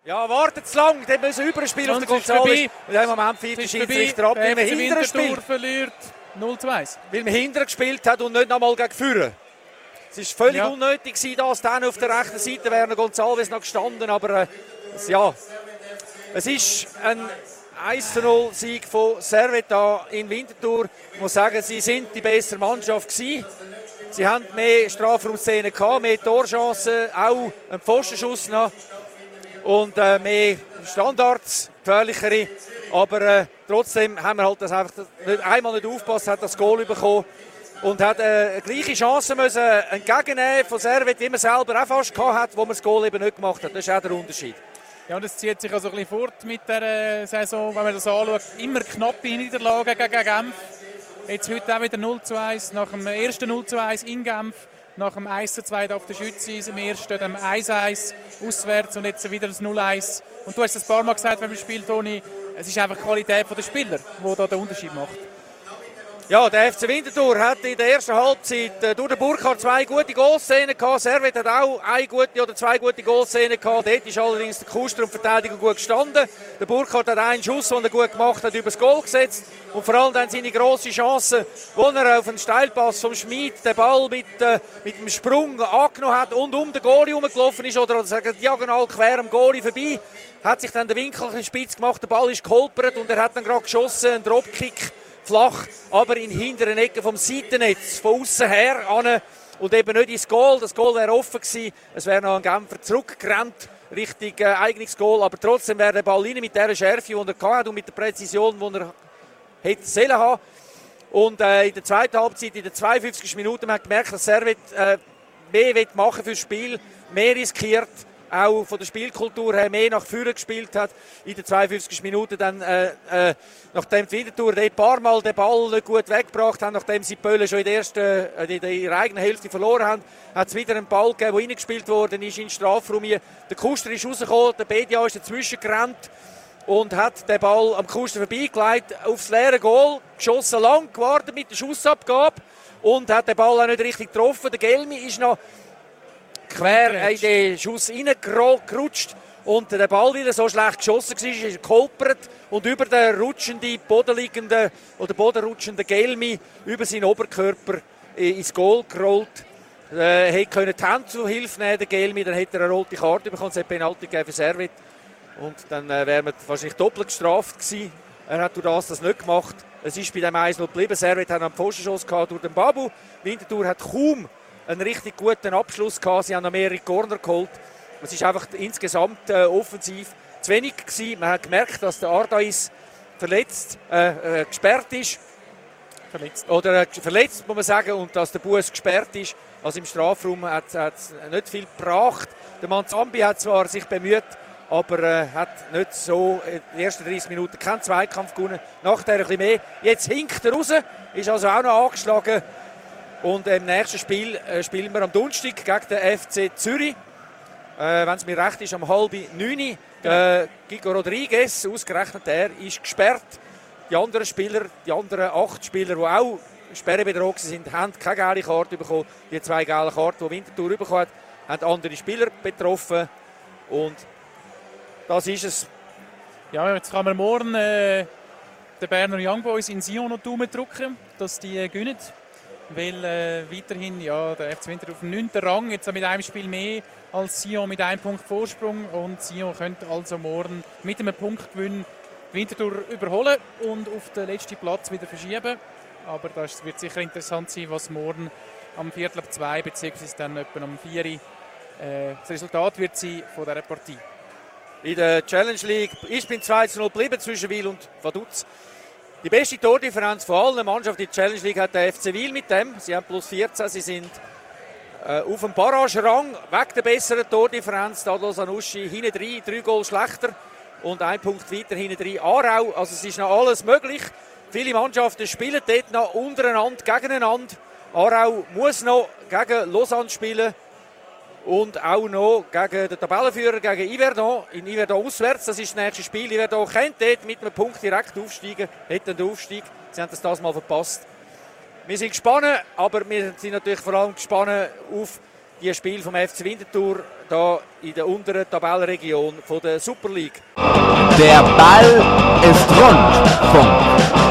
Ja, wartet zu lang, dann müssen wir überspielen auf den González. In dem Moment pfeift der Schiedsrichter ab, weil man hinterher spielt. Verliert 0-2. Weil man hinterher gespielt hat und nicht nochmal gegen Führen. Es war völlig unnötig, dass dann auf der rechten Seite wäre González noch gestanden, aber es ist ein 1-0-Sieg von Servette in Winterthur. Ich muss sagen, sie sind die bessere Mannschaft gewesen. Sie haben mehr Strafraumszenen gehabt, mehr Torchancen, auch einen Pfostenschuss noch und mehr Standards, gefährlichere. Aber trotzdem haben wir halt das einfach einmal nicht aufgepasst, hat das Goal bekommen und hat gleiche Chancen müssen entgegennehmen von Servette, wie man selber auch fast gehabt hat, wo man das Goal eben nicht gemacht hat. Das ist auch der Unterschied. Ja, und es zieht sich also ein bisschen fort mit der Saison, wenn man das anschaut. Immer knappe Niederlagen gegen Genf. Jetzt heute auch wieder 0-1 nach dem ersten 0-1 in Genf, nach dem 1-2 auf der Schütze, im ersten, dem 1-1 auswärts und jetzt wieder das 0-1. Und du hast es ein paar Mal gesagt, wenn man spielt, Toni, es ist einfach die Qualität der Spieler, die da den Unterschied macht. Ja, der FC Winterthur hat in der ersten Halbzeit durch den Burkhardt 2 gute Goalszenen gehabt. Servette hat auch eine gute oder 2 gute Goalszenen gehabt. Dort ist allerdings der Kuster und Verteidiger gut gestanden. Der Burkhardt hat einen Schuss, den er gut gemacht hat, übers Goal gesetzt. Und vor allem dann seine grosse Chance, wo er auf einen Steilpass vom Schmid den Ball mit dem Sprung angenommen hat und um den Goalie herumgelaufen ist oder sagen diagonal quer am Goalie vorbei. Hat sich dann der Winkel ein spitz gemacht, der Ball ist geholpert und er hat dann gerade geschossen, einen Dropkick. Flach, aber in hinteren Ecken vom Seitennetz, von außen her an und eben nicht ins Goal. Das Goal wäre offen gewesen. Es wäre noch ein Genfer zurückgerannt, Richtung eigenes Goal, aber trotzdem wäre der Ball rein mit der Schärfe, die er hatte und mit der Präzision, die er hätte sollen haben. Und in der zweiten Halbzeit, in den 52 Minuten, man hat gemerkt, dass Servette mehr machen für das Spiel, mehr riskiert, auch von der Spielkultur her mehr nach vorne gespielt hat. In den 52 Minuten dann, nachdem die Winterthur ein paar Mal den Ball nicht gut weggebracht haben, nachdem sie die Bälle schon in der eigenen Hälfte verloren haben, hat es wieder einen Ball gegeben, der reingespielt worden ist in den Strafraum. Der Kuster ist rausgekommen, der Bedia ist dazwischen gerannt und hat den Ball am Kuster vorbeigelegt, aufs leere Goal, geschossen, lang gewartet mit der Schussabgabe und hat den Ball auch nicht richtig getroffen. Der Gelmi ist noch quer in den Schuss reingerutscht und der Ball, weil er so schlecht geschossen war, ist er geholpert und über den bodenrutschenden Gelmi über seinen Oberkörper ins Goal gerollt. Hätte können die Hände zur Hilfe nehmen, der Gelmi, dann hätte er eine rote Karte bekommen, es hätte Penalty gegeben für Servette und dann wäre man wahrscheinlich doppelt gestraft gewesen. Er hat durch das nicht gemacht. Es ist bei dem 1-0 geblieben. Servette hat einen Pfostenschuss gehabt durch den Babu. Winterthur hat kaum einen richtig guten Abschluss gehabt. Sie haben noch mehrere Corner geholt. Es ist einfach insgesamt offensiv zu wenig gewesen. Man hat gemerkt, dass der Ardais gesperrt ist. Verletzt, muss man sagen, und dass der Bus gesperrt ist. Also im Strafraum hat es nicht viel gebracht. Der Manzambi hat zwar sich bemüht, aber hat nicht so in den ersten 30 Minuten keinen Zweikampf gewonnen. Nachher ein bisschen mehr. Jetzt hinkt er raus, ist also auch noch angeschlagen. Und im nächsten Spiel spielen wir am Donnerstag gegen den FC Zürich. Wenn es mir recht ist, um 8:30. Gigo Rodriguez, ausgerechnet er, ist gesperrt. Die anderen 8 Spieler, die auch sperrenbedroht sind, haben keine gelbe Karte bekommen. Die 2 gelbe Karten, die Winterthur bekommen hat, haben andere Spieler betroffen. Und das ist es. Ja, jetzt kann man morgen den Berner Young Boys in Sion noch Daumen drücken, dass die gewinnen. Weil weiterhin der FC Winterthur auf dem 9. Rang, jetzt mit einem Spiel mehr als Sion mit 1 Punkt Vorsprung. Und Sion könnte also morgen mit einem Punktgewinn Winterthur überholen und auf den letzten Platz wieder verschieben. Aber das wird sicher interessant sein, was morgen am 1:45 bzw. dann etwa am 4 das Resultat wird sein von dieser Partie. In der Challenge League ist beim 2:0 geblieben zwischen Wil und Vaduz. Die beste Tordifferenz von allen Mannschaften in der Challenge League hat der FC Wil mit dem. Sie haben +14, sie sind auf dem Barrage-Rang, wegen der besseren Tordifferenz. Tadlo Sanussi hinten 3 Goal schlechter und 1 Punkt weiter hinten 3 Aarau. Also es ist noch alles möglich. Viele Mannschaften spielen dort noch untereinander, gegeneinander. Aarau muss noch gegen Lausanne spielen und auch noch gegen den Tabellenführer, gegen Yverdon. In Yverdon auswärts, das ist das nächste Spiel. Yverdon könnte dort mit einem Punkt direkt aufsteigen, hätten den Aufstieg. Sie haben das mal verpasst. Wir sind gespannt, aber wir sind natürlich vor allem gespannt auf die Spiele vom FC Winterthur da in der unteren Tabellenregion von der Super League. Der Ball ist rund. Punkt.